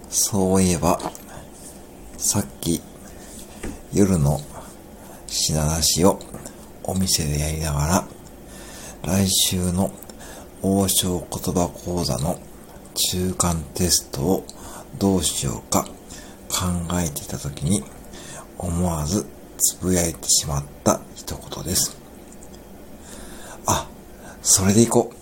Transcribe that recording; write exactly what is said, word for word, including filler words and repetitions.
そういえば、さっき夜の品出しをお店でやりながら、来週の王将言葉講座の中間テストをどうしようか考えていたときに、思わずつぶやいてしまった一言です。あ、それでいこう。